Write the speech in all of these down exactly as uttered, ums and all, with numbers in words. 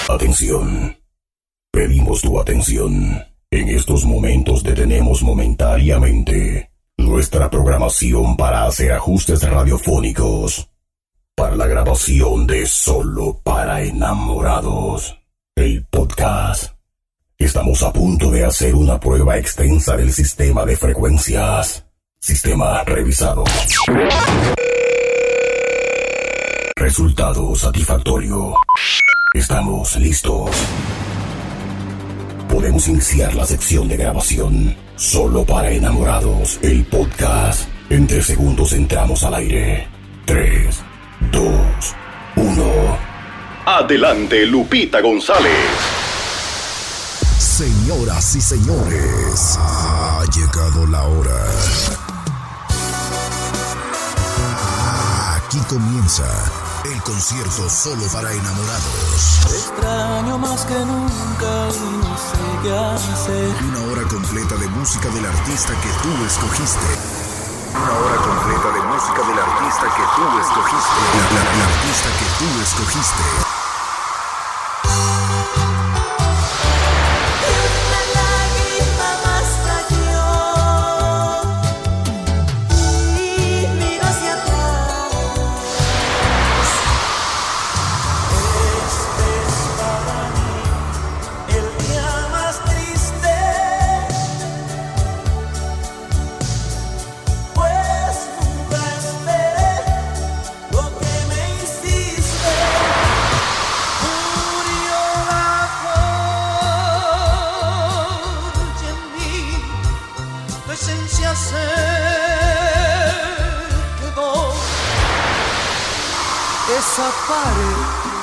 Atención. Pedimos tu atención. En estos momentos detenemos momentáneamente nuestra programación para hacer ajustes radiofónicos para la grabación de Solo para Enamorados, el podcast. Estamos a punto de hacer una prueba extensa del sistema de frecuencias. Sistema revisado. Resultado satisfactorio. Estamos listos. Podemos iniciar la sección de grabación. Solo para Enamorados, el podcast. En tres segundos entramos al aire. Tres, dos, uno. Adelante, Lupita González. Señoras y señores, ha llegado la hora. Aquí comienza el concierto Solo para Enamorados. Te extraño más que nunca y no sé qué hacer. Una hora completa de música del artista que tú escogiste. Una hora completa de música del artista que tú escogiste. La, la, la artista que tú escogiste. Esa pared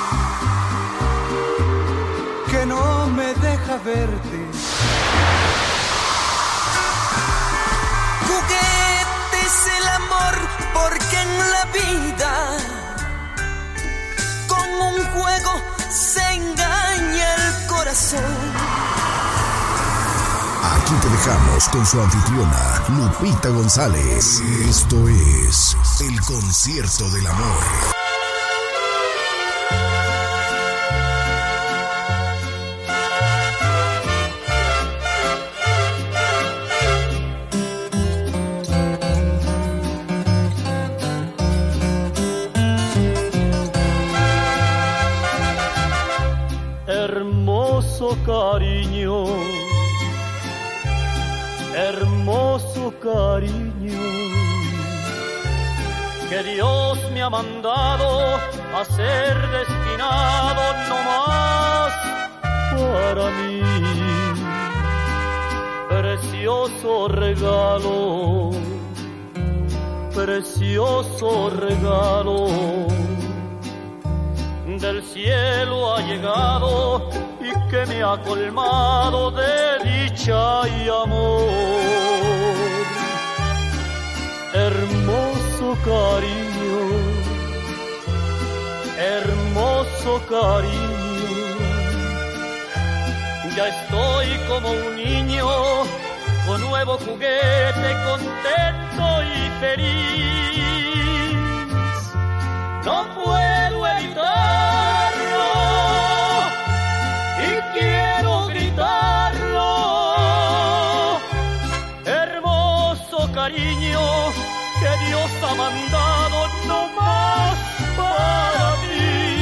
que no me deja verte. Juguete es el amor, porque en la vida con un juego se engaña el corazón. Aquí te dejamos con su anfitriona, Lupita González. Esto es el concierto del amor. Hermoso cariño, hermoso cariño, que Dios me ha mandado a ser destinado no más para mí. Precioso regalo, precioso regalo, del cielo ha llegado y que me ha colmado de dicha y amor. Hermoso cariño, hermoso cariño, ya estoy como un niño con nuevo juguete, contento y feliz. No puedo evitarlo y quiero gritarlo. Hermoso cariño que Dios ha mandado no más para mí.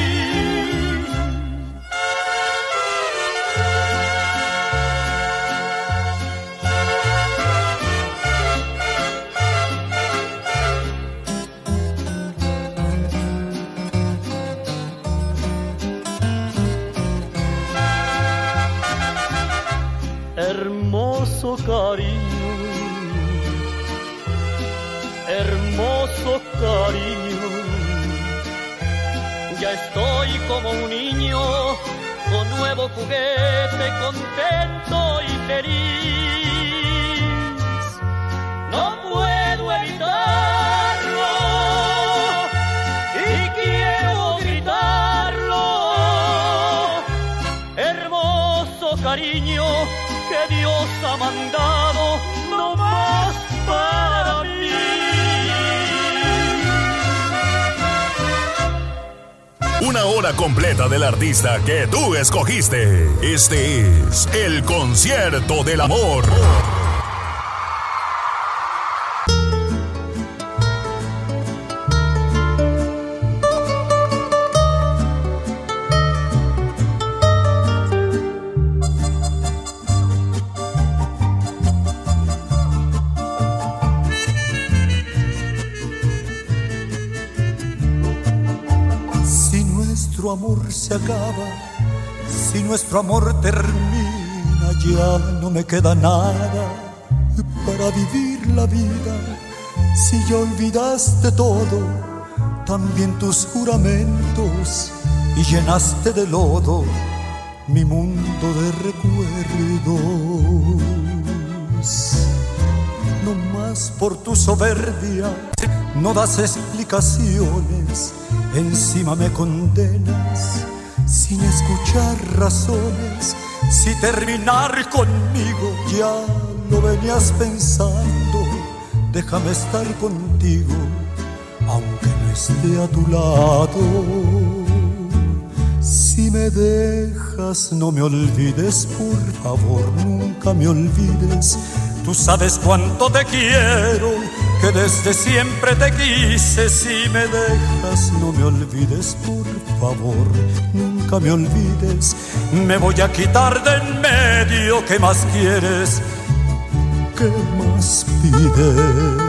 Hermoso cariño, hermoso cariño, ya estoy como un niño con nuevo juguete, contento y feliz. No puedo evitarlo y quiero gritarlo. Hermoso cariño que Dios ha mandado no más para mí. Una hora completa del artista que tú escogiste. Este es el Concierto del Amor. Amor se acaba, si nuestro amor termina, ya no me queda nada para vivir la vida. Si ya olvidaste todo, también tus juramentos, y llenaste de lodo mi mundo de recuerdos. No más por tu soberbia no das explicaciones, encima me condenas sin escuchar razones. Si terminar conmigo ya lo venías pensando, déjame estar contigo aunque no esté a tu lado. Si me dejas no me olvides, por favor nunca me olvides. Tú sabes cuánto te quiero, que desde siempre te quise. Si me dejas no me olvides, por favor nunca me olvides. Me voy a quitar de en medio, ¿qué más quieres? ¿Qué más pides?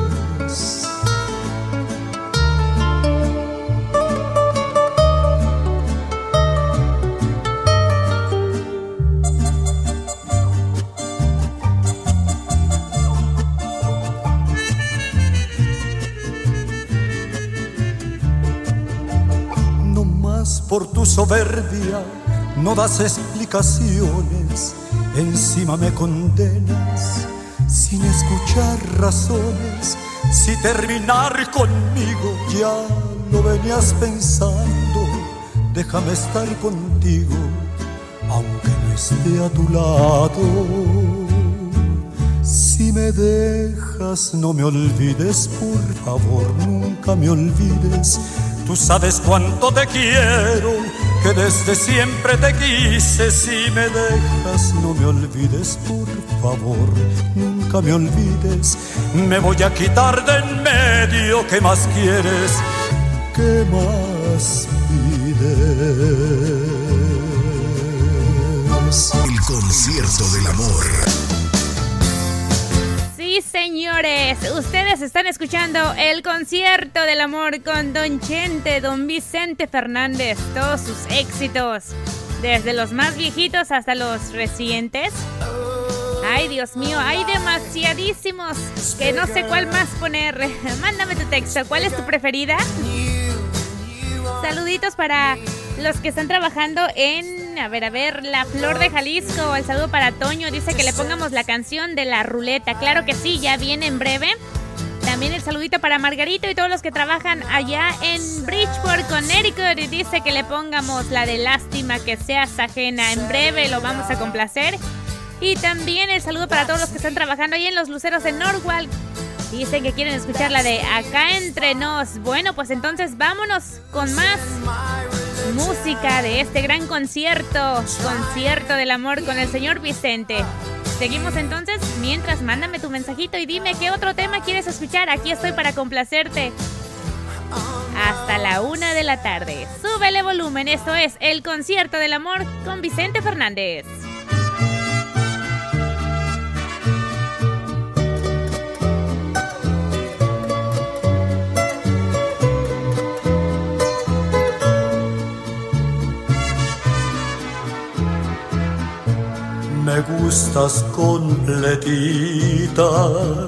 Por tu soberbia no das explicaciones, encima me condenas sin escuchar razones. Si terminar conmigo ya lo venías pensando, déjame estar contigo aunque no esté a tu lado. Si me dejas no me olvides, por favor nunca me olvides. Tú sabes cuánto te quiero, que desde siempre te quise. Si me dejas no me olvides, por favor nunca me olvides. Me voy a quitar de en medio, ¿qué más quieres? ¿Qué más pides? El Concierto del Amor. Sí, señores, ustedes están escuchando el Concierto del Amor con Don Chente, Don Vicente Fernández, todos sus éxitos, desde los más viejitos hasta los recientes. Ay, Dios mío, hay demasiadísimos que no sé cuál más poner. Mándame tu texto, ¿cuál es tu preferida? Saluditos para los que están trabajando en, a ver, a ver, La Flor de Jalisco. El saludo para Toño, dice que le pongamos la canción de La Ruleta. Claro que sí, ya viene en breve. También el saludito para Margarito y todos los que trabajan allá en Bridgeport, Connecticut. Y dice que le pongamos la de Lástima que seas ajena. En breve lo vamos a complacer. Y también el saludo para todos los que están trabajando ahí en Los Luceros en Norwalk. Dicen que quieren escuchar la de Acá Entre Nos. Bueno, pues entonces vámonos con más música de este gran concierto, Concierto del Amor con el señor Vicente. Seguimos entonces, mientras mándame tu mensajito y dime qué otro tema quieres escuchar. Aquí estoy para complacerte hasta la una de la tarde. Súbele volumen, esto es el Concierto del Amor con Vicente Fernández. Me gustas completita,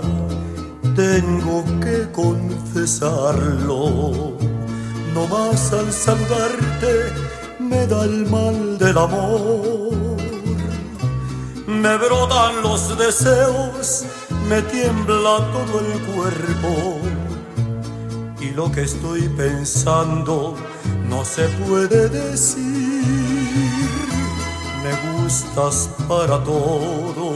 tengo que confesarlo. No más al saludarte me da el mal del amor. Me brotan los deseos, me tiembla todo el cuerpo. Y lo que estoy pensando no se puede decir. Me gustas para todo,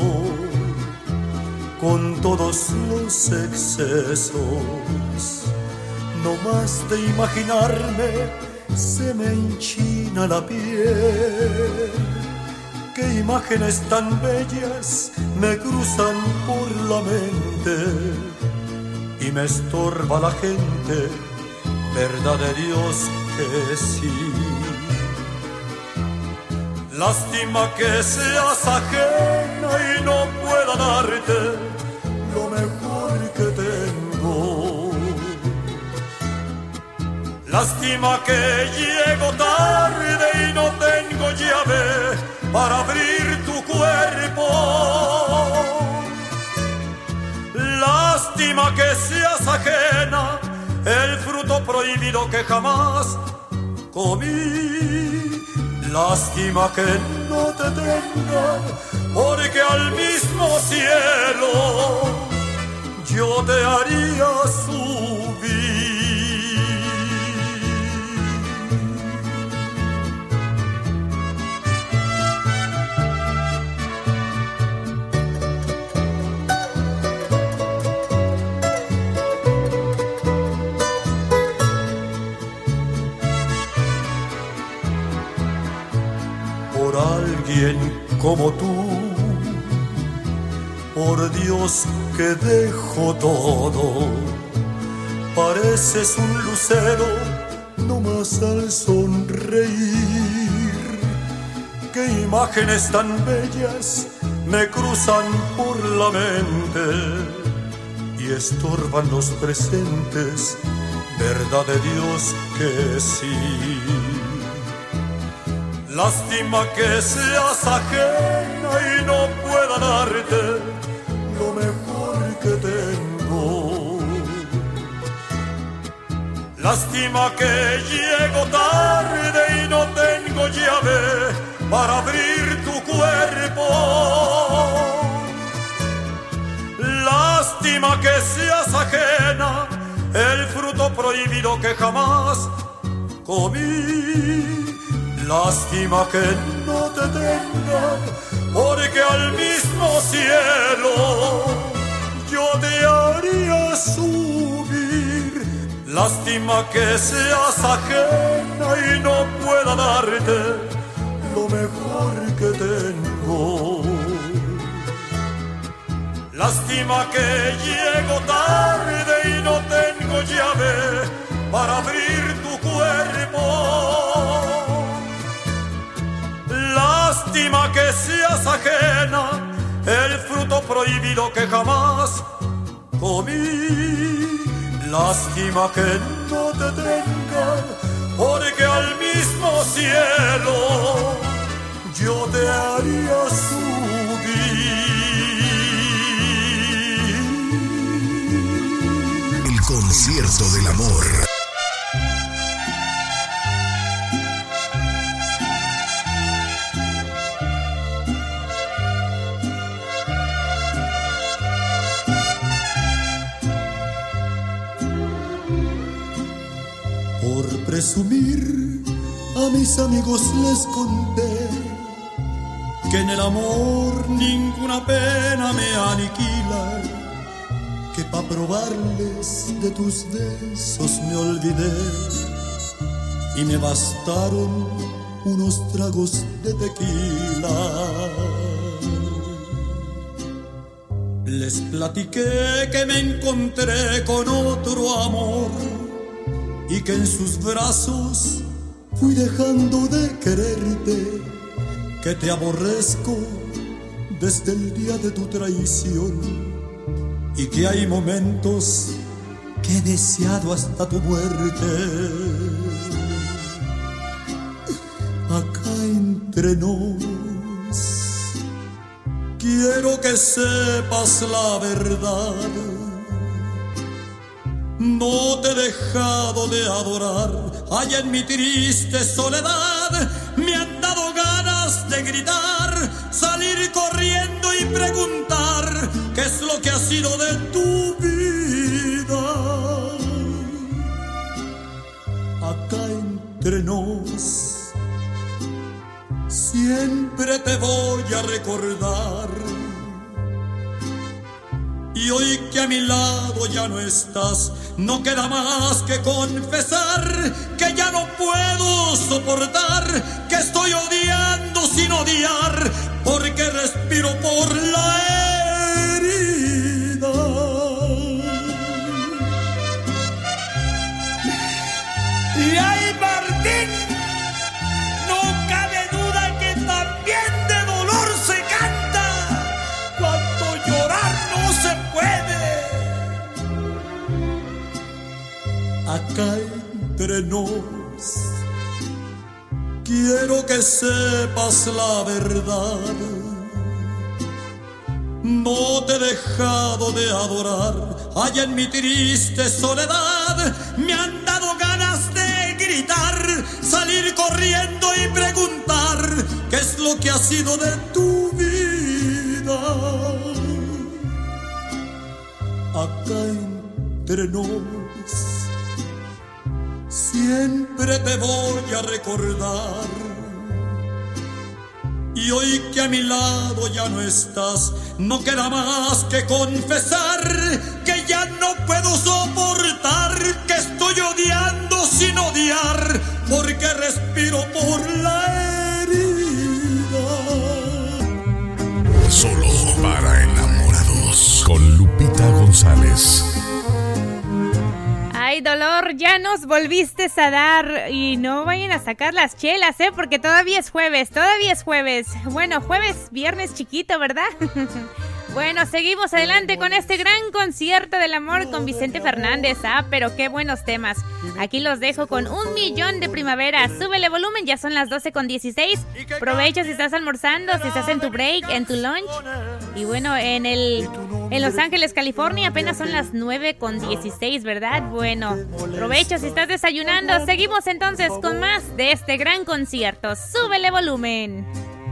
con todos los excesos. No más de imaginarme se me enchina la piel. Qué imágenes tan bellas me cruzan por la mente y me estorba la gente, verdad de Dios que sí. Lástima que seas ajena y no pueda darte lo mejor que tengo. Lástima que llego tarde y no tengo llave para abrir tu cuerpo. Lástima que seas ajena, el fruto prohibido que jamás comí. Lástima que no te tenga, porque al mismo cielo yo te haría subir. Alguien como tú, por Dios que dejo todo, pareces un lucero nomás al sonreír. Qué imágenes tan bellas me cruzan por la mente y estorban los presentes, verdad de Dios que sí. Lástima que seas ajena y no pueda darte lo mejor que tengo. Lástima que llego tarde y no tengo llave para abrir tu cuerpo. Lástima que seas ajena, el fruto prohibido que jamás comí. Lástima que no te tenga, porque al mismo cielo yo te haría subir. Lástima que seas ajena y no pueda darte lo mejor que tengo. Lástima que llego tarde y no tengo llave para abrir tu cuerpo. Lástima que seas ajena, el fruto prohibido que jamás comí. Lástima que no te tenga, porque al mismo cielo yo te haría subir. El concierto del amor. Presumir, a mis amigos les conté que en el amor ninguna pena me aniquila, que pa' probarles de tus besos me olvidé y me bastaron unos tragos de tequila. Les platiqué que me encontré con otro amor y que en sus brazos fui dejando de quererte, que te aborrezco desde el día de tu traición y que hay momentos que he deseado hasta tu muerte. Acá entre nos quiero que sepas la verdad. No te he dejado de adorar, allá en mi triste soledad me han dado ganas de gritar, salir corriendo y preguntar qué es lo que ha sido de tu vida. Acá entre nos siempre te voy a recordar Y hoy que a mi lado ya no estás, no queda más que confesar que ya no puedo soportar, que estoy odiando sin odiar, porque respiro por la herida. Y ay, Martín, no cabe duda que también de dolor se canta cuando llorar no se puede. Acá entre nos, quiero que sepas la verdad. No te he dejado de adorar, allá en mi triste soledad me han dado ganas de gritar, salir corriendo y preguntar qué es lo que ha sido de tu vida. Acá entre nos, siempre te voy a recordar. Y hoy que a mi lado ya no estás, no queda más que confesar que ya no puedo soportar, que estoy odiando sin odiar, porque respiro por la herida. Solo para enamorados con Lupita González. Ay, dolor, ya nos volviste a dar. Y no vayan a sacar las chelas, ¿eh? Porque todavía es jueves, todavía es jueves. Bueno, jueves, viernes chiquito, ¿verdad? Bueno, seguimos adelante con este gran concierto del amor con Vicente Fernández. Ah, pero qué buenos temas. Aquí los dejo con Un Millón de Primavera. Súbele volumen, ya son las doce con dieciséis. Provecho si estás almorzando, si estás en tu break, en tu lunch. Y bueno, en el en Los Ángeles, California, apenas son las nueve con dieciséis, ¿verdad? Bueno, provecho si estás desayunando. Seguimos entonces con más de este gran concierto. Súbele volumen.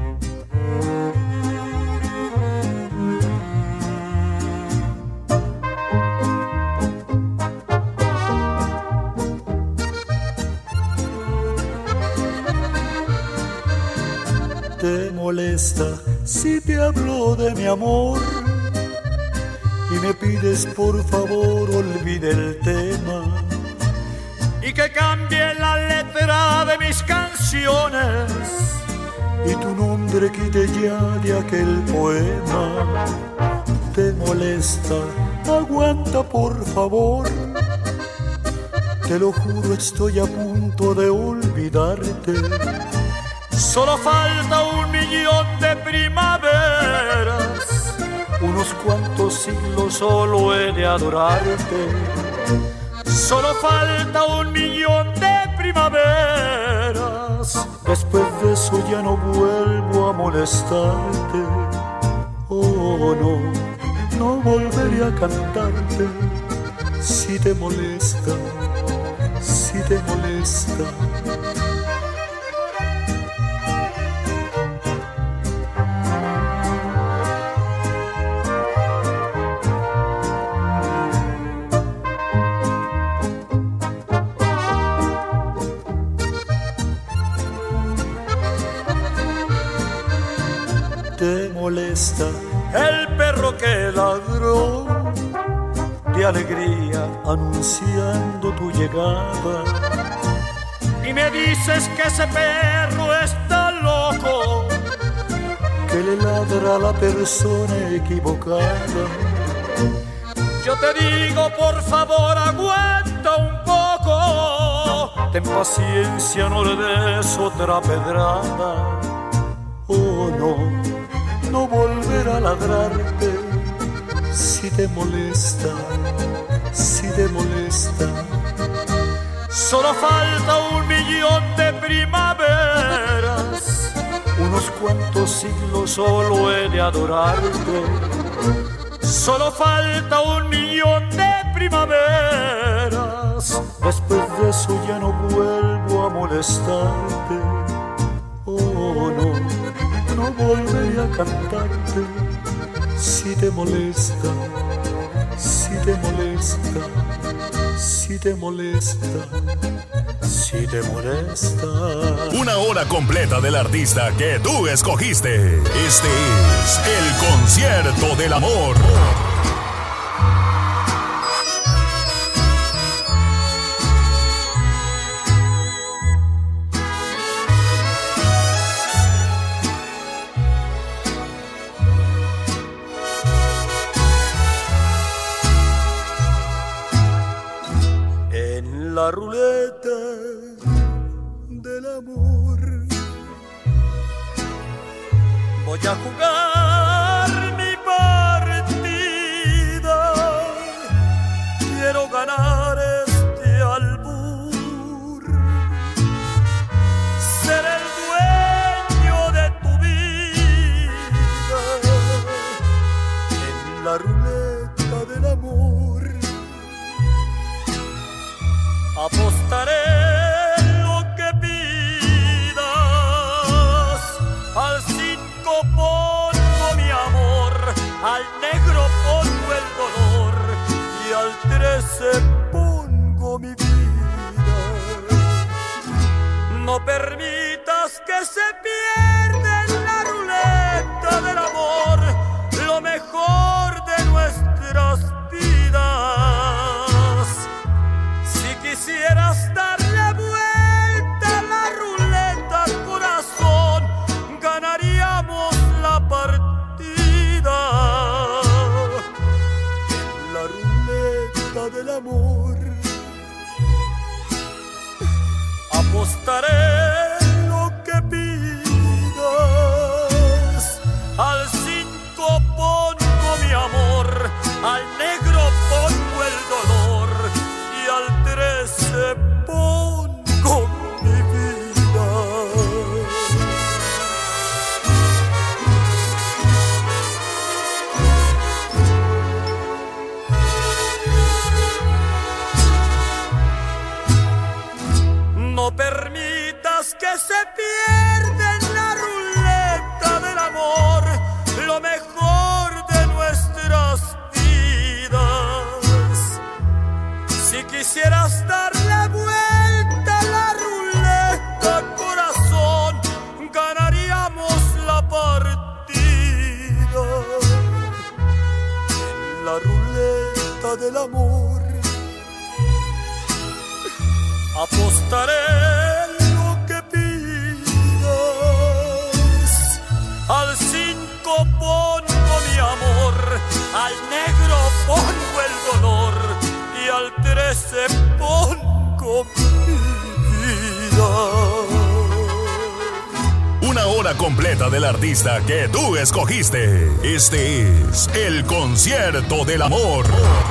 ¿Te molesta si te hablo de mi amor? Y me pides por favor olvide el tema y que cambie la letra de mis canciones y tu nombre quite ya de aquel poema. ¿Te molesta? Aguanta por favor. Te lo juro, estoy a punto de olvidarte. Solo falta un millón de primaveras, unos cuantos siglos solo he de adorarte. Solo falta un millón de primaveras, después de eso ya no vuelvo a molestarte. Oh no, no volveré a cantarte. Si te molesta, si te molesta. Te molesta el perro que ladró de alegría anunciando tu llegada y me dices que ese perro está loco, que le ladra a la persona equivocada. Yo te digo por favor aguanta un poco, ten paciencia, no le des otra pedrada. Oh no, no volverá a ladrarte. Si te molesta, si te molesta. Solo falta un millón de primaveras, unos cuantos siglos solo he de adorarte. Solo falta un millón de primaveras, después de eso ya no vuelvo a molestarte. Oh no, no volveré a cantarte. Si te molesta, si te molesta, si te molesta, si te molesta. Una hora completa del artista que tú escogiste. Este es el concierto del amor. ruleta del amor. Voy a jugar mi partida, quiero ganar este albur, ser el dueño de tu vida en la ruleta del amor. Apostaré lo que pidas, al cinco pongo mi amor, al negro pongo el dolor y al trece pongo mi vida. No permitas que se pierda en la ruleta del amor lo mejor de nuestras vidas. Si quisieras darle vuelta a la ruleta, corazón, ganaríamos la partida. La ruleta del amor. Apostaré lo que pidas, al cinco pongo mi amor, al negro pongo el dolor y al trece pongo mi vida. No permitas que se pierda en la ruleta del amor lo mejor de nuestras vidas. Si quisieras darle vuelta a la ruleta, corazón, ganaríamos la partida. En la ruleta del amor apostaré lo que pidas, al cinco pongo mi amor, al negro pongo el dolor y al trece pongo mi vida. Una hora completa del artista que tú escogiste. Este es el concierto del amor.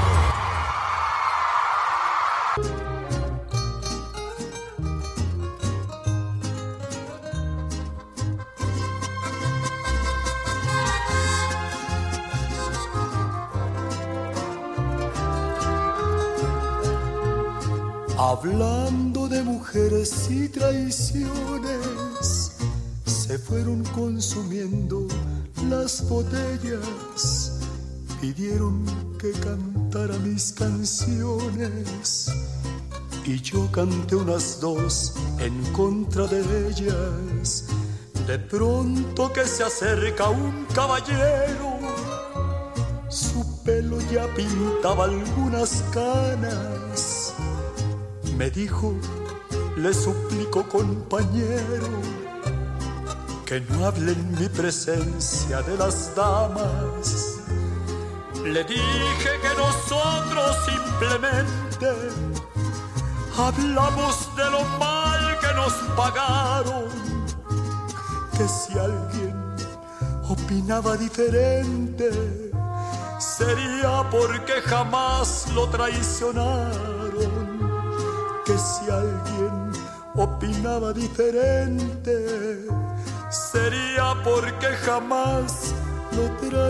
Hablando de mujeres y traiciones, se fueron consumiendo las botellas, pidieron que cantara mis canciones y yo canté unas dos en contra de ellas. De pronto que se acerca un caballero, su pelo ya pintaba algunas canas. Me dijo, le suplico compañero, que no hable en mi presencia de las damas. Le dije que nosotros simplemente hablamos de lo mal que nos pagaron, que si alguien opinaba diferente sería porque jamás lo traicionaron, que si alguien opinaba diferente sería porque jamás lo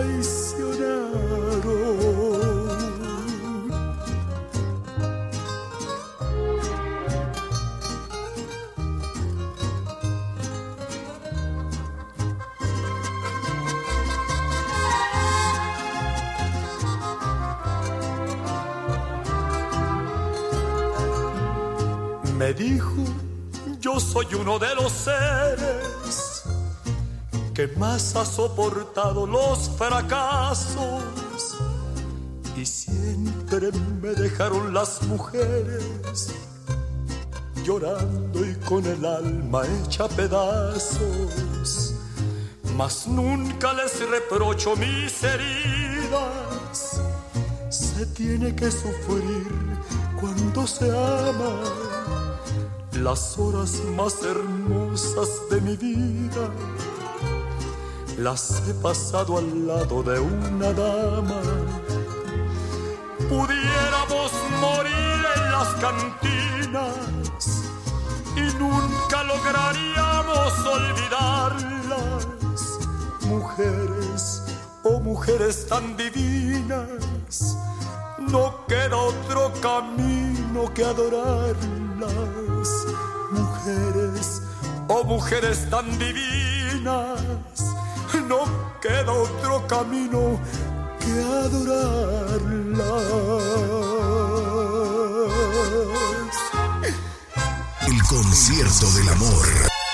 traicionaron. Me dijo, yo soy uno de los seres que más ha soportado los fracasos y siempre me dejaron las mujeres llorando y con el alma hecha pedazos, mas nunca les reprocho mis heridas. Se tiene que sufrir cuando se ama, las horas más hermosas de mi vida las he pasado al lado de una dama. Pudiéramos morir en las cantinas y nunca lograríamos olvidarlas. Mujeres, oh mujeres tan divinas, no queda otro camino que adorarlas. Mujeres, oh mujeres tan divinas, no queda otro camino que adorarlas. El concierto del amor.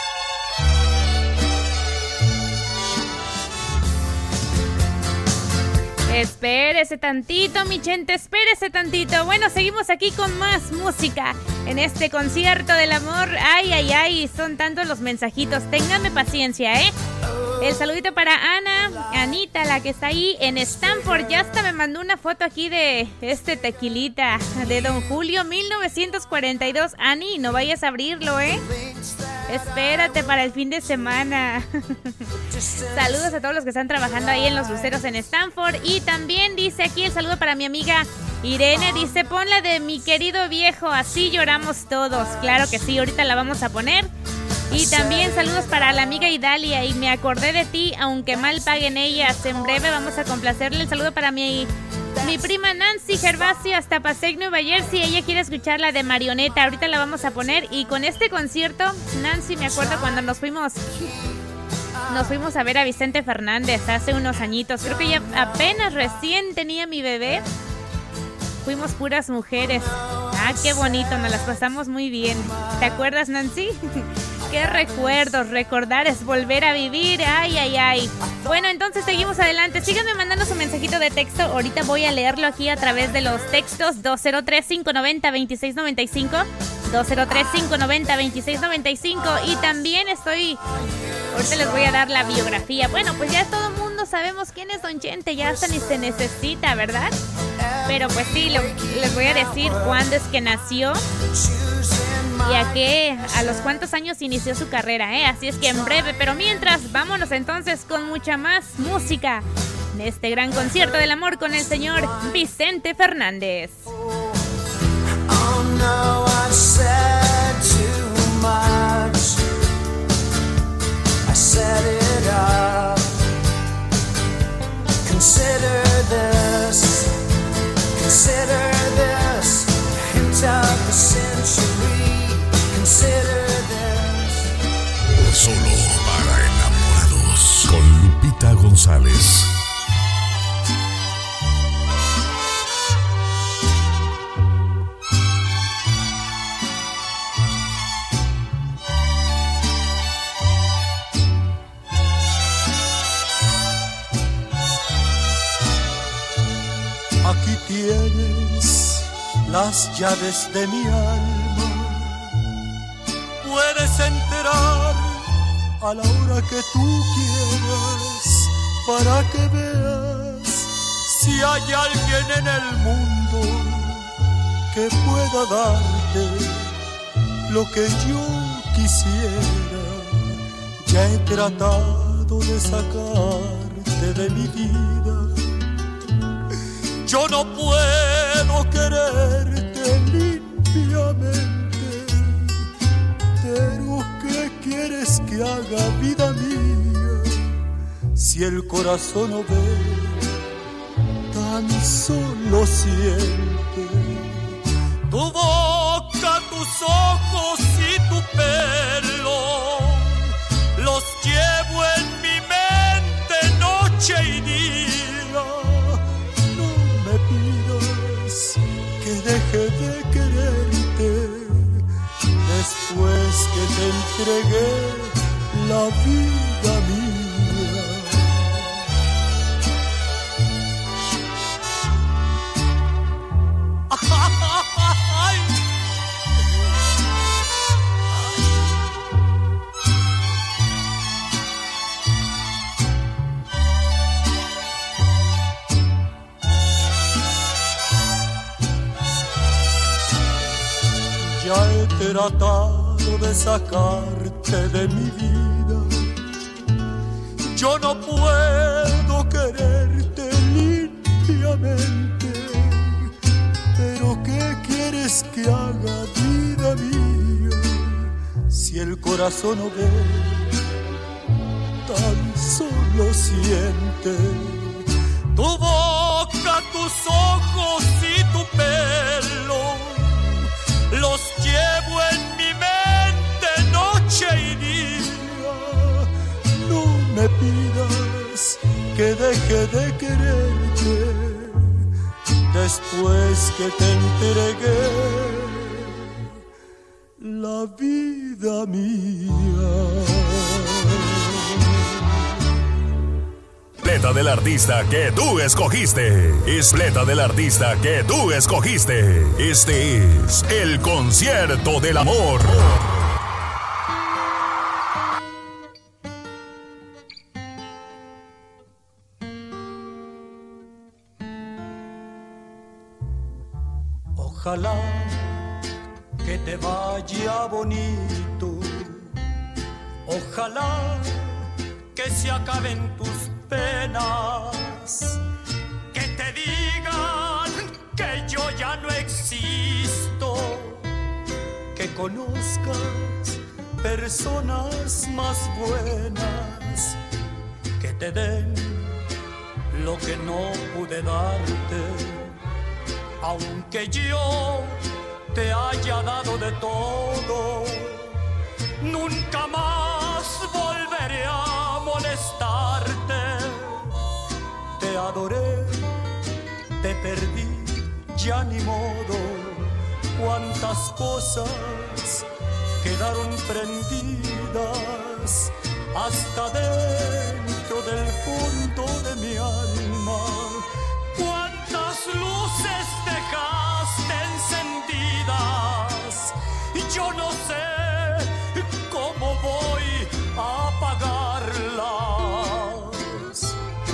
Espérese tantito, mi gente, espérese tantito. Bueno, seguimos aquí con más música en este concierto del amor. Ay, ay, ay, son tantos los mensajitos. Ténganme paciencia, ¿eh? El saludito para Ana, Anita, la que está ahí en Stanford. Ya hasta me mandó una foto aquí de este tequilita de Don Julio mil novecientos cuarenta y dos. Ani, no vayas a abrirlo, ¿eh? Espérate para el fin de semana. Saludos a todos los que están trabajando ahí en los luceros en Stanford. Y también dice aquí el saludo para mi amiga Irene. Dice, pon la de Mi Querido Viejo, así lloramos todos. Claro que sí, ahorita la vamos a poner. Y también saludos para la amiga Idalia. Y me acordé de ti, aunque mal paguen ellas. En breve vamos a complacerle. El saludo para mi, mi prima Nancy Gervasio hasta Passaic, Nueva Jersey. Ella quiere escuchar la de Marioneta. Ahorita la vamos a poner. Y con este concierto, Nancy, me acuerdo cuando nos fuimos... Nos fuimos a ver a Vicente Fernández hace unos añitos. Creo que ya apenas recién tenía mi bebé. Fuimos puras mujeres. Ah, qué bonito, nos las pasamos muy bien. ¿Te acuerdas, Nancy? Qué recuerdos, recordar es volver a vivir. Ay, ay, ay. Bueno, entonces seguimos adelante. Síganme mandando su mensajito de texto. Ahorita voy a leerlo aquí a través de los textos. Dos cero tres, cinco nueve cero, dos seis nueve cinco. dos cero tres, cinco nueve cero, dos seis nueve cinco. Y también estoy... Ahorita les voy a dar la biografía. Bueno, pues ya todo el mundo sabemos quién es Don Chente. Ya hasta ni se necesita, ¿verdad? Pero pues sí, lo, les voy a decir cuándo es que nació y a qué, a los cuántos años inició su carrera, ¿eh? Así es que en breve, pero mientras, vámonos entonces con mucha más música en este gran concierto del amor con el señor Vicente Fernández. Oh no, I said too much. I set it up. Consider this. Consider this. Hint of the century. Consider this. Solo para enamorados. Con Lupita González. Aquí tienes las llaves de mi alma. Puedes entrar a la hora que tú quieras para que veas si hay alguien en el mundo que pueda darte lo que yo quisiera. Ya he tratado de sacarte de mi vida. Yo no puedo quererte limpiamente, pero ¿qué quieres que haga, vida mía? Si el corazón no ve, tan solo siente. Tu boca, tus ojos y tu pelo, los llevo en mi mente noche y día. Deje de quererte después que te entregué la vida mía. ¡Ay! tratado de sacarte de mi vida. Yo no puedo quererte limpiamente, pero ¿qué quieres que haga, vida mía? Si el corazón no ve, tan solo siente. Tu boca, tus ojos y tu pelo los llevo en mi mente noche y día. No me pidas que deje de quererte después que te entregué la vida mía. Ispleta del artista que tú escogiste. Ispleta del artista que tú escogiste. Este es el concierto del amor. Ojalá que te vaya bonito. Ojalá que se acaben tus penas, que te digan que yo ya no existo, que conozcas personas más buenas, que te den lo que no pude darte, aunque yo te haya dado de todo. Nunca más volveré a molestarte. Te adoré, te perdí, ya ni modo. Cuántas cosas quedaron prendidas hasta dentro del fondo de mi alma. Cuántas luces dejaste encendidas y yo no sé cómo voy a apagarlas.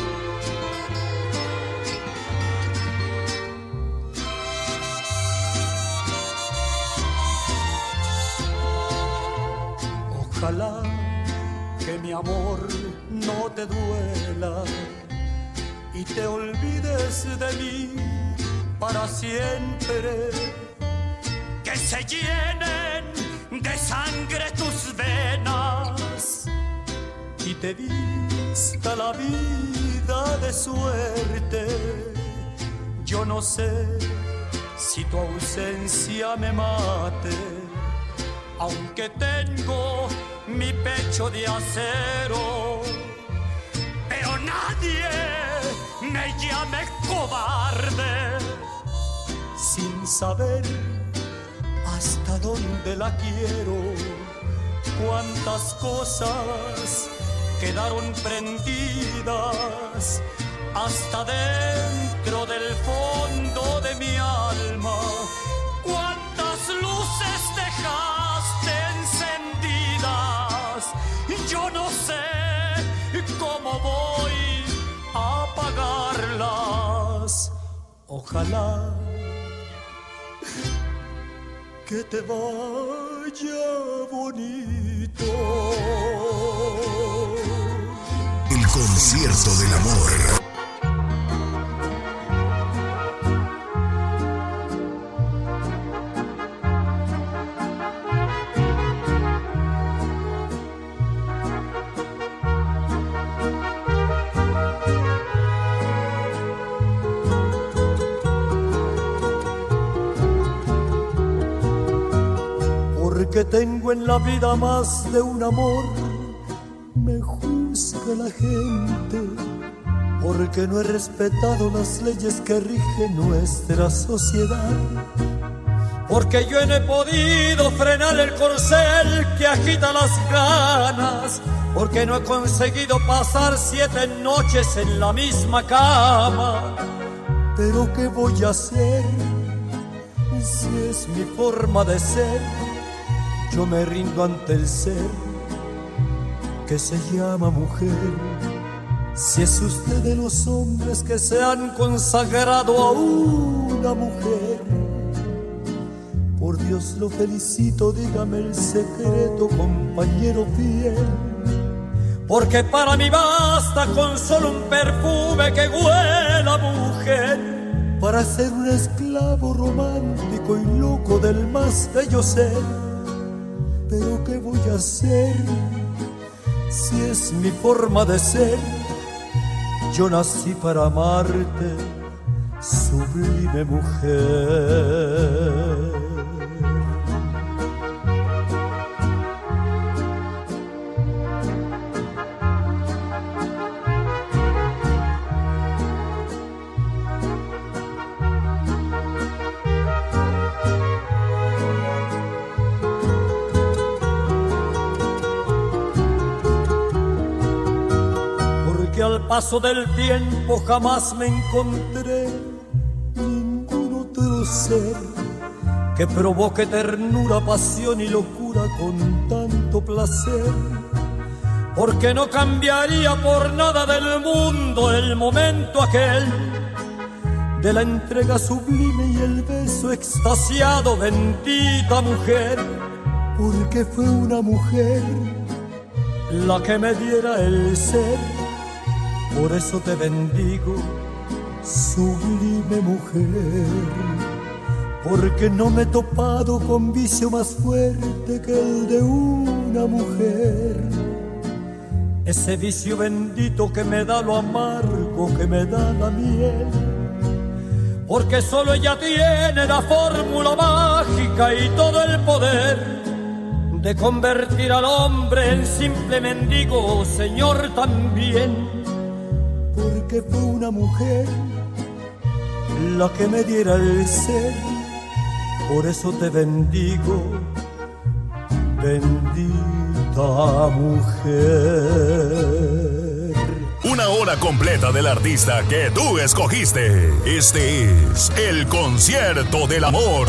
Ojalá que mi amor no te duela y te olvides de mí para siempre. Que se llenen de sangre tus venas y te vista la vida de suerte. Yo no sé si tu ausencia me mate, aunque tengo mi pecho de acero, pero nadie me llame cobarde sin saber hasta dónde la quiero. Cuántas cosas quedaron prendidas hasta dentro del fondo de mi alma. Cuántas luces dejaste encendidas y yo no sé cómo voy a apagarlas. Ojalá que te vaya bonito. El concierto del amor. Que tengo en la vida más de un amor, me juzga la gente, porque no he respetado las leyes que rigen nuestra sociedad, porque yo no he podido frenar el corcel que agita las ganas, porque no he conseguido pasar siete noches en la misma cama. Pero ¿qué voy a hacer si es mi forma de ser? Yo me rindo ante el ser que se llama mujer. Si es usted de los hombres que se han consagrado a una mujer, ¿por Por Dios lo felicito, dígame el secreto, compañero fiel. Porque para mí basta con solo un perfume que huela a mujer para ser un esclavo romántico y loco del más bello ser. Pero ¿qué voy a hacer si es mi forma de ser? Yo nací para amarte, sublime mujer. Al paso del tiempo jamás me encontré ningún otro ser que provoque ternura, pasión y locura con tanto placer. Porque no cambiaría por nada del mundo el momento aquel de la entrega sublime y el beso extasiado, bendita mujer. Porque fue una mujer la que me diera el ser. Por eso te bendigo, sublime mujer, porque no me he topado con vicio más fuerte que el de una mujer. Ese vicio bendito que me da lo amargo, que me da la miel, porque solo ella tiene la fórmula mágica y todo el poder de convertir al hombre en simple mendigo, Señor, también. Porque fue una mujer la que me diera el ser. Por eso te bendigo, bendita mujer. Una hora completa del artista que tú escogiste. Este es el concierto del amor.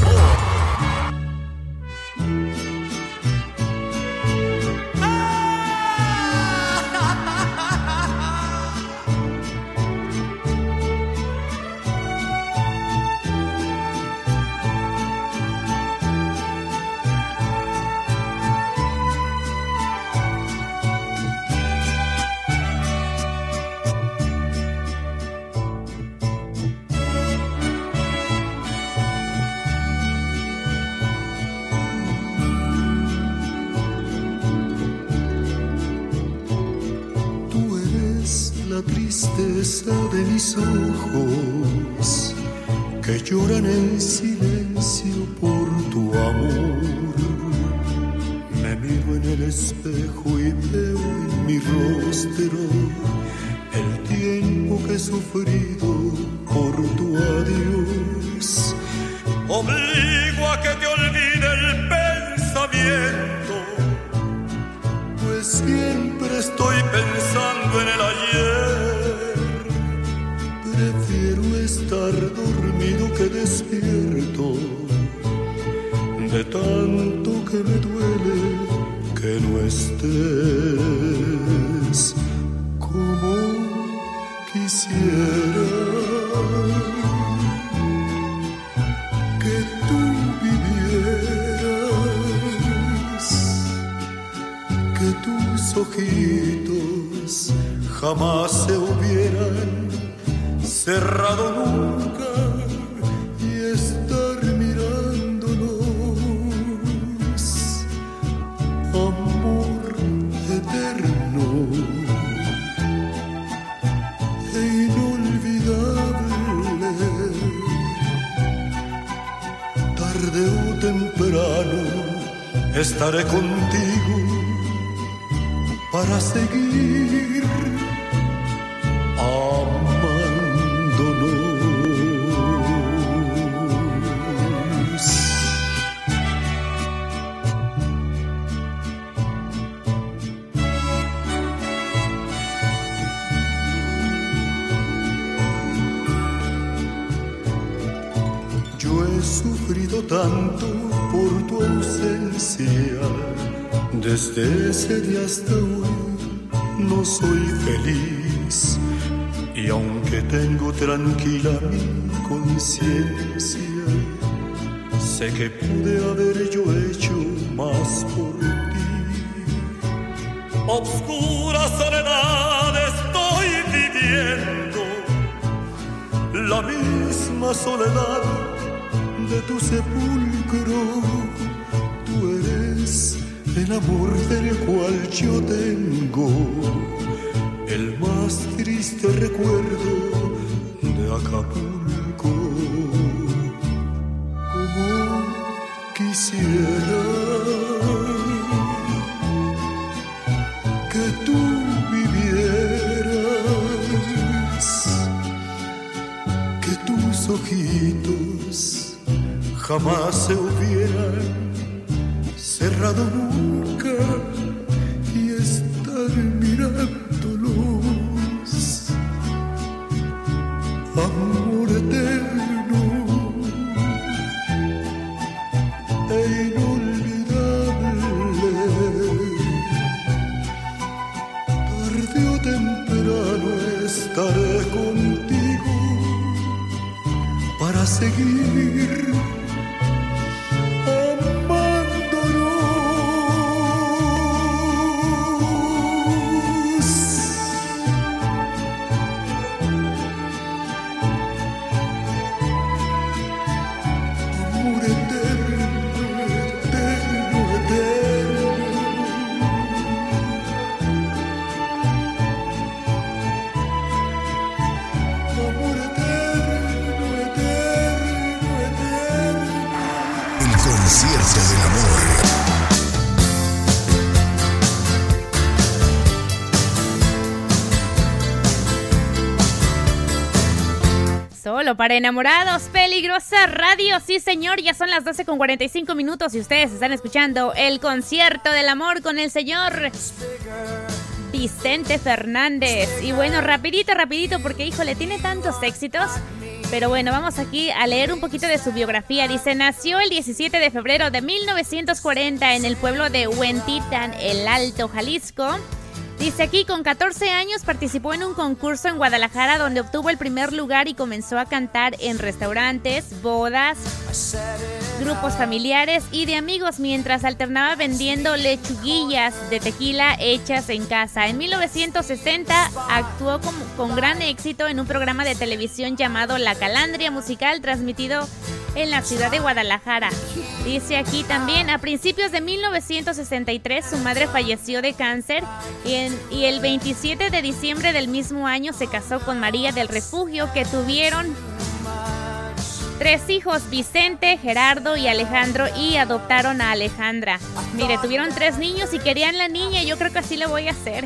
De mis ojos que lloran en silencio por tu amor. Me miro en el espejo y veo en mi rostro el tiempo que he sufrido por tu adiós. Obligo a que te olvide el pensamiento, pues siempre estoy pensando en el ayer. Prefiero estar dormido que despierto, de tanto que me duele que no estés como quisiera que tú vivieras, que tus ojitos jamás se hubieran cerrado nunca y estar mirándonos, amor eterno e inolvidable. Tarde o temprano estaré contigo para seguir amándonos. Yo he sufrido tanto por tu ausencia, desde ese día hasta hoy no soy feliz. Y aunque tengo tranquila mi conciencia, sé que pude haber yo hecho más por ti. Obscura soledad estoy viviendo, la misma soledad de tu sepulcro. Tú eres el amor del cual yo tengo el más triste recuerdo de Acapulco. Como quisiera que tú vivieras, que tus ojitos jamás se hubieran cerrado nunca y estar mirándolos. Amor eterno e inolvidable, tarde o temprano estaré contigo para seguir Concierto del Amor. Solo para enamorados, peligrosa radio. Sí, señor, ya son las doce con cuarenta y cinco minutos y ustedes están escuchando el Concierto del Amor con el señor Vicente Fernández. Y bueno, rapidito, rapidito, porque híjole, tiene tantos éxitos. Pero bueno, vamos aquí a leer un poquito de su biografía. Dice, nació el diecisiete de febrero de mil novecientos cuarenta en el pueblo de Huentitán, el Alto, Jalisco. Dice aquí, con catorce años participó en un concurso en Guadalajara donde obtuvo el primer lugar y comenzó a cantar en restaurantes, bodas, grupos familiares y de amigos mientras alternaba vendiendo lechuguillas de tequila hechas en casa. En mil novecientos sesenta actuó con, con gran éxito en un programa de televisión llamado La Calandria Musical, transmitido en la ciudad de Guadalajara. Dice aquí también, a principios de mil novecientos sesenta y tres su madre falleció de cáncer y, en, y el veintisiete de diciembre del mismo año se casó con María del Refugio, que tuvieron tres hijos, Vicente, Gerardo y Alejandro, y adoptaron a Alejandra. Mire, tuvieron tres niños y querían la niña, yo creo que así lo voy a hacer.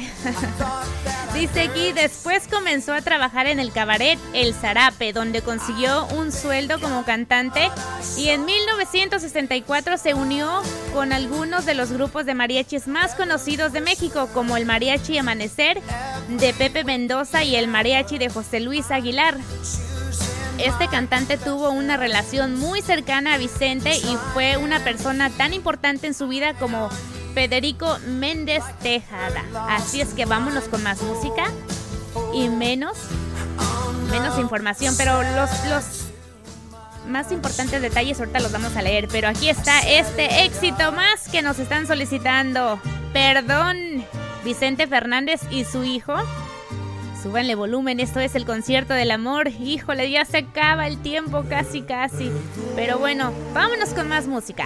Dice aquí, después comenzó a trabajar en el cabaret El Zarape, donde consiguió un sueldo como cantante, y en mil novecientos sesenta y cuatro se unió con algunos de los grupos de mariachis más conocidos de México, como el Mariachi Amanecer de Pepe Mendoza y el Mariachi de José Luis Aguilar. Este cantante tuvo una relación muy cercana a Vicente y fue una persona tan importante en su vida como Federico Méndez Tejada. Así es que vámonos con más música y menos, menos información, pero los, los más importantes detalles ahorita los vamos a leer. Pero aquí está este éxito más que nos están solicitando. Perdón, Vicente Fernández y su hijo. Súbanle volumen, esto es el Concierto del Amor. Híjole, ya se acaba el tiempo, casi, casi. Pero bueno, vámonos con más música.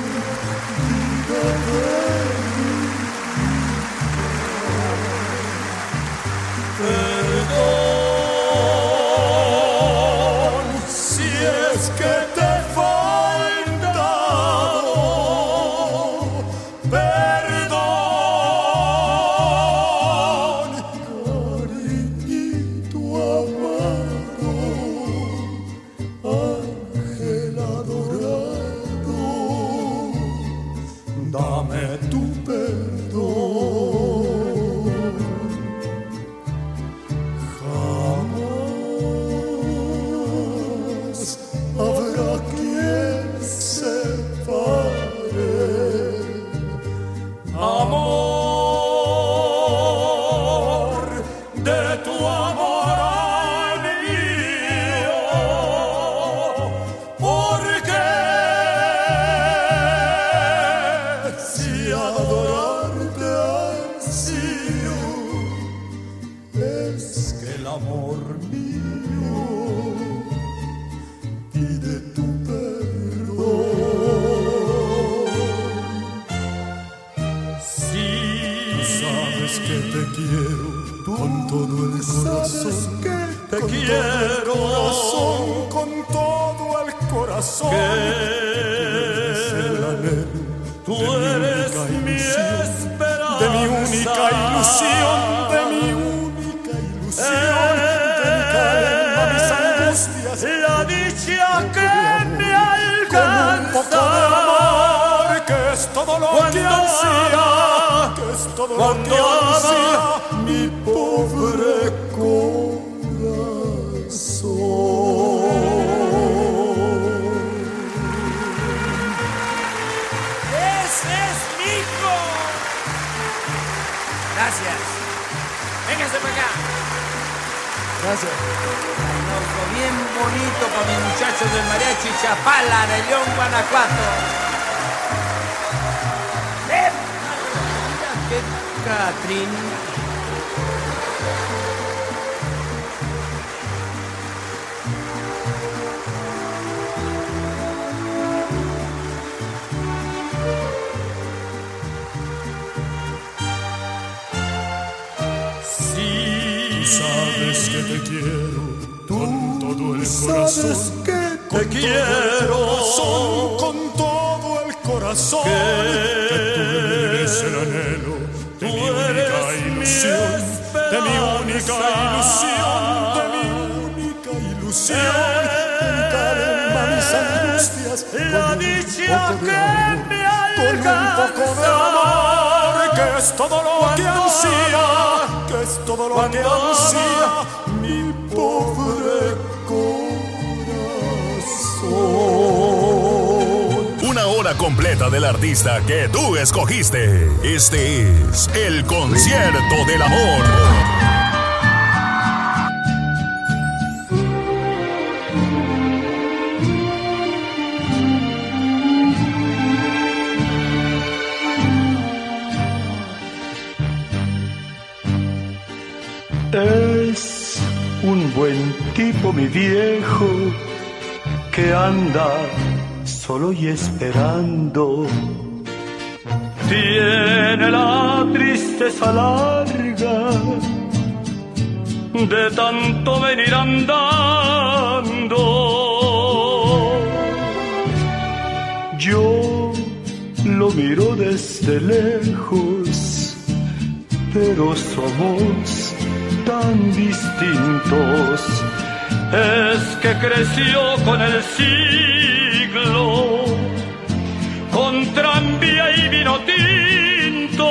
Perdón, si es que te he faltado. Perdón, cariñito amado, ángel adorado, dame tu perdón. Jamás habrá quien separe amor de tu amor al mío, porque mío, es que el amor mío pide tu perdón. Sí, tú sabes que te quiero con todo el corazón, que te quiero corazón, con todo el corazón, que tú eres mi esperanza, de mi única ilusión, de mi única ilusión, de mi calma, mis angustias, la dicha que me alcanza, con un poco de amor, que es todo lo que ansía, que es todo lo que ansía mi pobre corazón. Gracias. Véngase para acá. Gracias. Aplauso bien bonito para mis muchachos del Mariachi Chapala de León, Guanajuato. ¡Eh! Mira qué Catrín. Sabes que te quiero con todo el corazón, que te quiero con todo el corazón, que, que tú eres el anhelo de mi única ilusión, de mi única ilusión, de mi única ilusión, que calma mis angustias, la dicha que me con un poco de amor, que es todo lo que ansía, que es todo lo que ansía mi pobre corazón. Una hora completa del artista que tú escogiste. Este es el concierto del amor. Es un buen tipo mi viejo que anda solo y esperando. Tiene la tristeza larga de tanto venir andando. Yo lo miro desde lejos, pero somos tan distintos. Es que creció con el siglo, con tranvía y vino tinto.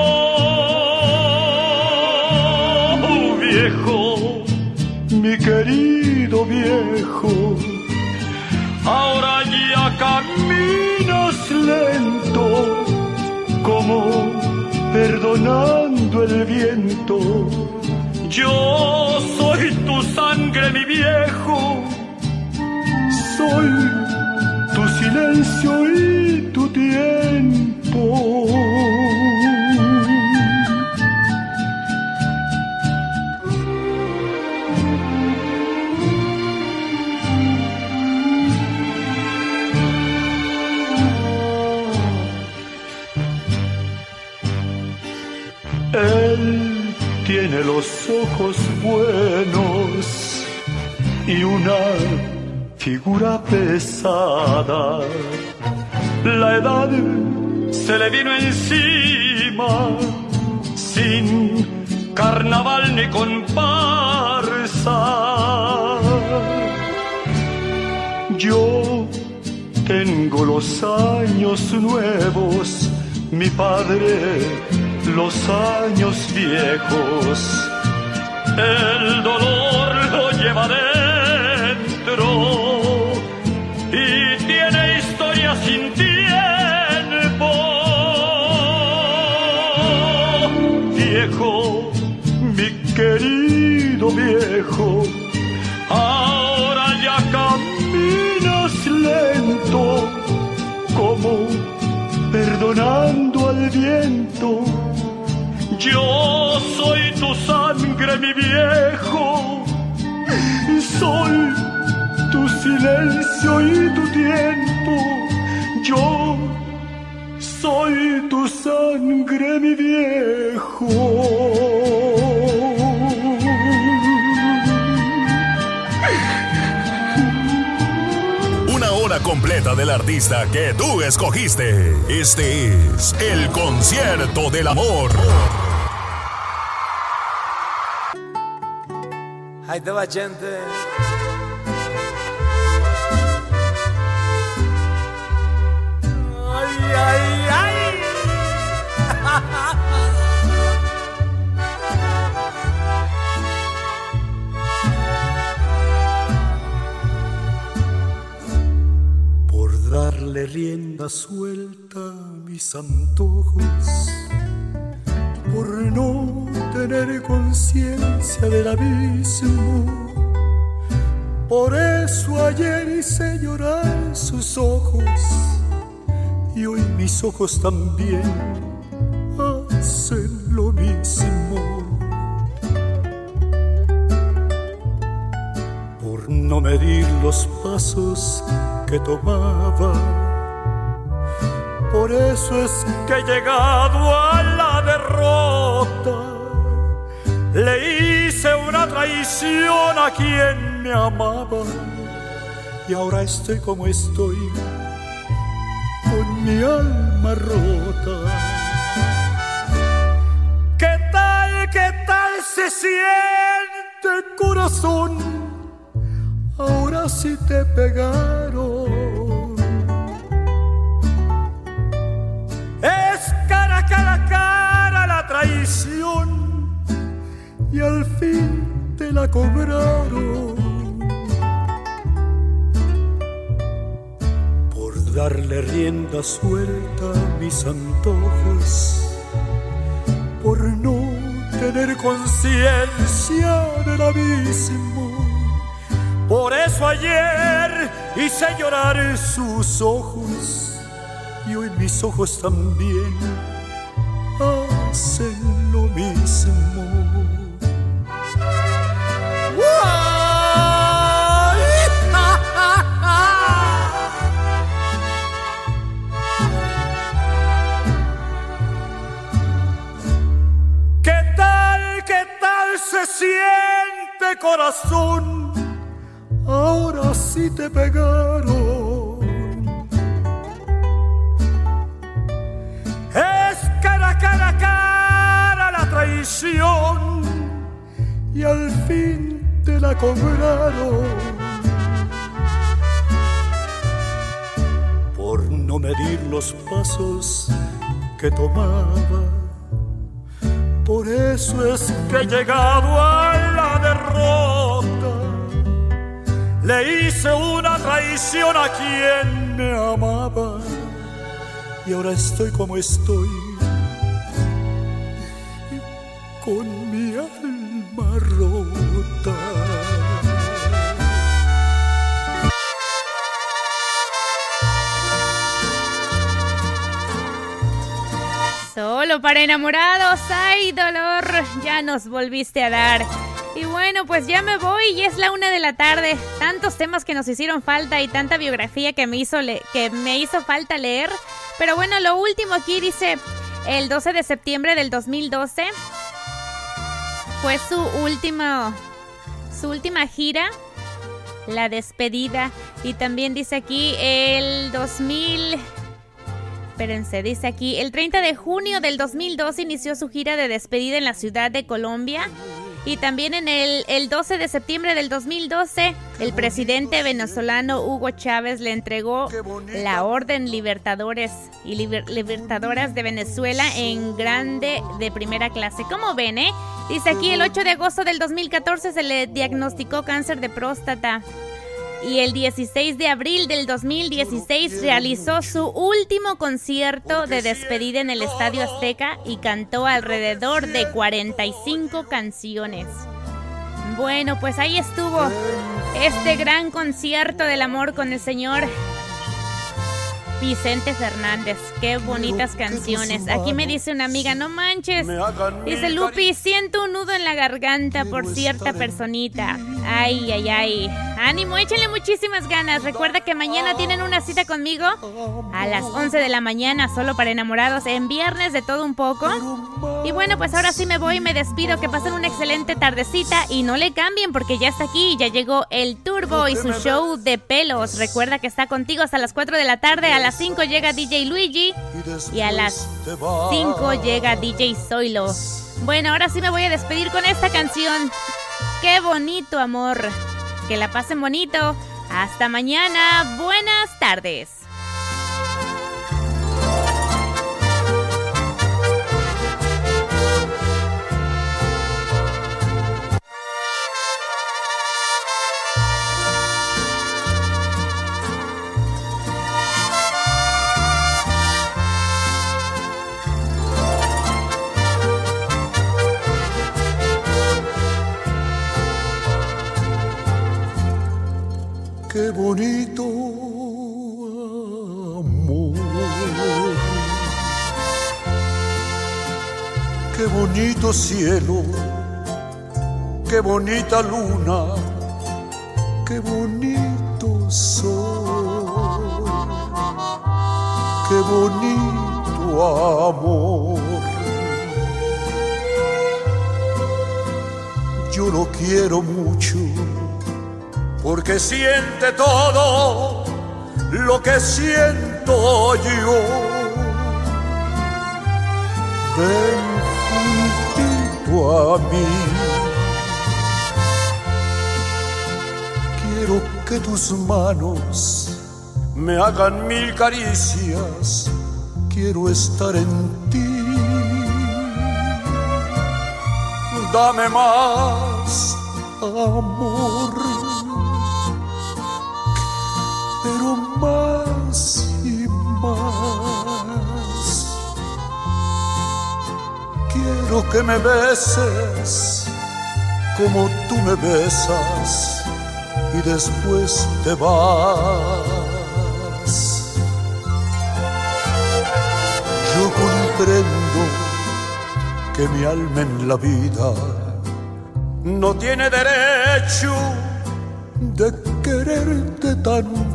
Oh, viejo, mi querido viejo, ahora ya caminas lento, como perdonando el viento. Yo soy tu sangre, mi viejo, soy tu silencio y tu tiempo. Él tiene los ojos buenos y una figura pesada. La edad se le vino encima, sin carnaval ni comparsa. Yo tengo los años nuevos, mi padre los años viejos. El dolor lo lleva dentro y tiene historia sin tiempo. Viejo, mi querido viejo, ahora ya caminas lento, como perdonando al viento. Yo sangre, mi viejo. Soy tu silencio y tu tiempo. Yo soy tu sangre, mi viejo. Una hora completa del artista que tú escogiste. Este es el concierto del amor. Ahí te va, gente. Ay, ay, ay. Por darle rienda suelta a mis antojos, por no tener conciencia del abismo. Por eso ayer hice llorar sus ojos y hoy mis ojos también hacen lo mismo. Por no medir los pasos que tomaba, por eso es que he llegado a la derrota. Le hice una traición a quien me amaba y ahora estoy como estoy, con mi alma rota. ¿Qué tal, qué tal se siente, corazón? Ahora sí te pegaron. Es cara, cara, cara la traición y al fin te la cobraron. Por darle rienda suelta a mis antojos, por no tener conciencia del abismo. Por eso ayer hice llorar sus ojos y hoy mis ojos también hacen lo mismo. ¿Qué tal, qué tal se siente, corazón? Ahora sí te pegaron. Es cara, cara, cara la traición y al fin te la cobraron. Por no medir los pasos que tomaba, por eso es que he llegado a la derrota. Le hice una traición a quien me amaba y ahora estoy como estoy, con mi alma rota. Solo para enamorados, ay dolor, ya nos volviste a dar. Y bueno, pues ya me voy y es la una de la tarde. Tantos temas que nos hicieron falta y tanta biografía que me hizo, le- que me hizo falta leer. Pero bueno, lo último aquí dice, el doce de septiembre del dos mil doce fue su última, su última gira, la despedida. Y también dice aquí el dos mil... Espérense, dice aquí, el treinta de junio del dos mil doce inició su gira de despedida en la ciudad de Colombia. Y también en el, el doce de septiembre del dos mil doce, el presidente venezolano Hugo Chávez le entregó la Orden Libertadores y Liber, Libertadoras de Venezuela en grande de primera clase. ¿Cómo ven, eh? Dice aquí, el ocho de agosto del dos mil catorce se le diagnosticó cáncer de próstata. Y el dieciséis de abril del dos mil dieciséis realizó su último concierto de despedida en el Estadio Azteca y cantó alrededor de cuarenta y cinco canciones. Bueno, pues ahí estuvo este gran concierto del amor con el señor Vicente Fernández, qué bonitas canciones. Aquí me dice una amiga, no manches. Dice Lupi, siento un nudo en la garganta por cierta personita. Ay, ay, ay. Ánimo, échenle muchísimas ganas. Recuerda que mañana tienen una cita conmigo a las once de la mañana, solo para enamorados, en Viernes de Todo Un Poco. Y bueno, pues ahora sí me voy y me despido. Que pasen una excelente tardecita y no le cambien porque ya está aquí. Ya llegó el Turbo y su show de pelos. Recuerda que está contigo hasta las cuatro de la tarde. A las cinco llega D J Luigi y a las cinco llega D J Zoilo. Bueno, ahora sí me voy a despedir con esta canción. Qué bonito amor. Que la pasen bonito. Hasta mañana. Buenas tardes. Qué bonito amor, qué bonito cielo, qué bonita luna, qué bonito sol, qué bonito amor. Yo lo quiero mucho porque siente todo lo que siento yo. Ven juntito a mí, quiero que tus manos me hagan mil caricias, quiero estar en ti. Dame más amor, pero más y más. Quiero que me beses como tú me besas y después te vas. Yo comprendo que mi alma en la vida no tiene derecho de quererte tanto.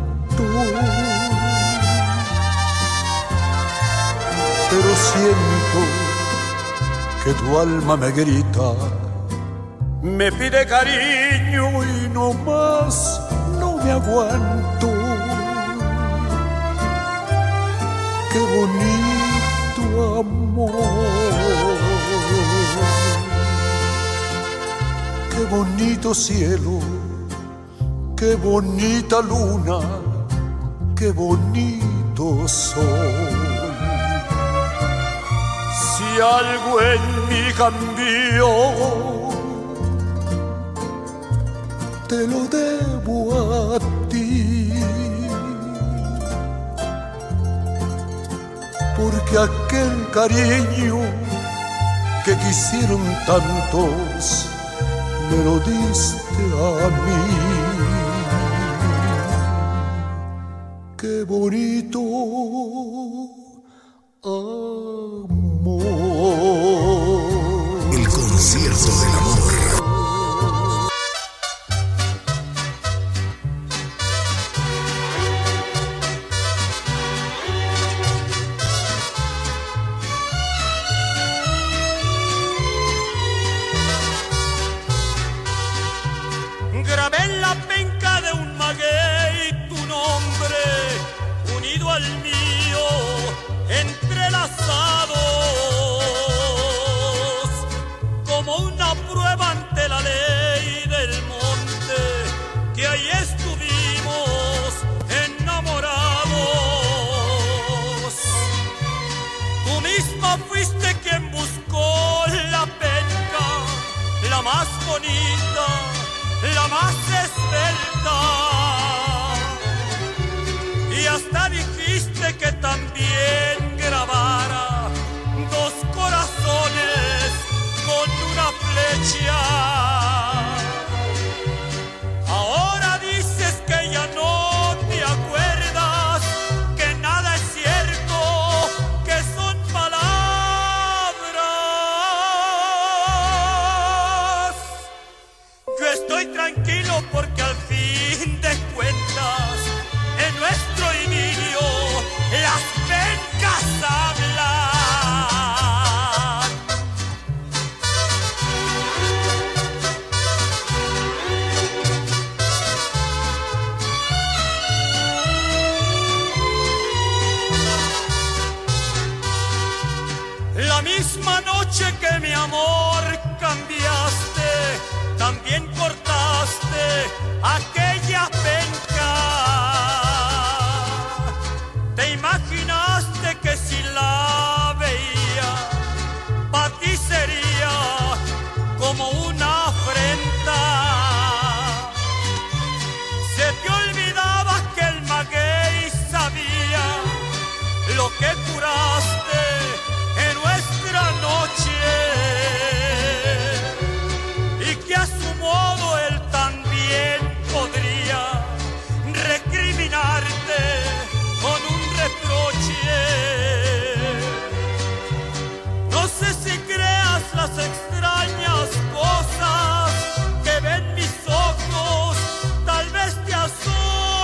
Pero siento que tu alma me grita, me pide cariño y no más, no me aguanto. Qué bonito amor, qué bonito cielo, qué bonita luna, qué bonito sol. Si algo en mí cambió, te lo debo a ti, porque aquel cariño que quisieron tantos me lo diste a mí. Qué bonito amor. El concierto del amor. Grabé en la penca de un maguey tu nombre, unido al mío, entrelazados, como una prueba ante la ley del monte, que ahí estuvimos enamorados. Tú misma fuiste quien buscó la penca, la más bonita, la más esbelta, y hasta dijiste que también grabara dos corazones con una flecha. Ahora dices que ya no te acuerdas, que nada tranquilo porque al fin de cuentas en nuestro idilio las pencas hablan. La misma noche que mi amor cambiaste, también cortaste aquella penca. Te imaginaste que si la veía, pa' ti sería como una afrenta. Se te olvidaba que el maguey sabía lo que curaste en nuestra noche, y que a su modo él también podría recriminarte con un reproche. No sé si creas las extrañas cosas que ven mis ojos, tal vez te asombres.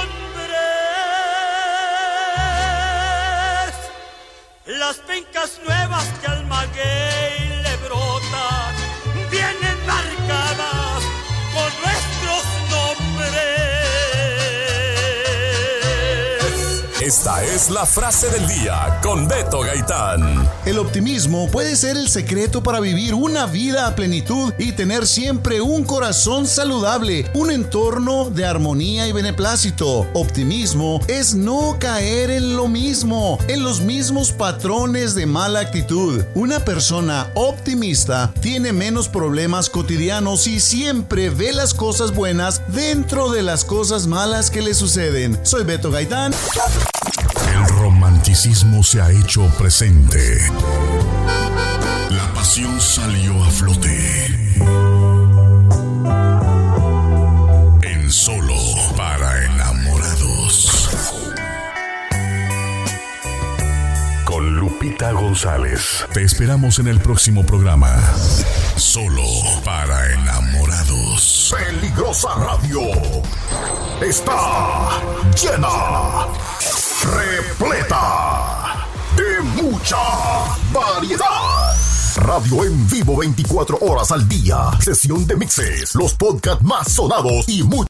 Las pencas nuevas que al maguey le brotan vienen marcadas con nuestros nombres. Esta es la frase del día con Beto Gaitán. El optimismo puede ser el secreto para vivir una vida a plenitud y tener siempre un corazón saludable, un entorno de armonía y beneplácito. Optimismo es no caer en lo mismo, en los mismos patrones de mala actitud. Una persona optimista tiene menos problemas cotidianos y siempre ve las cosas buenas dentro de las cosas malas que le suceden. Soy Beto Gaitán. El romanticismo se ha hecho presente. La pasión salió a flote. En Solo para Enamorados. Con Lupita González. Te esperamos en el próximo programa. Solo para Enamorados. Peligrosa Radio está llena, repleta de mucha variedad. Radio en vivo veinticuatro horas al día. Sesión de mixes, los podcasts más sonados y mucho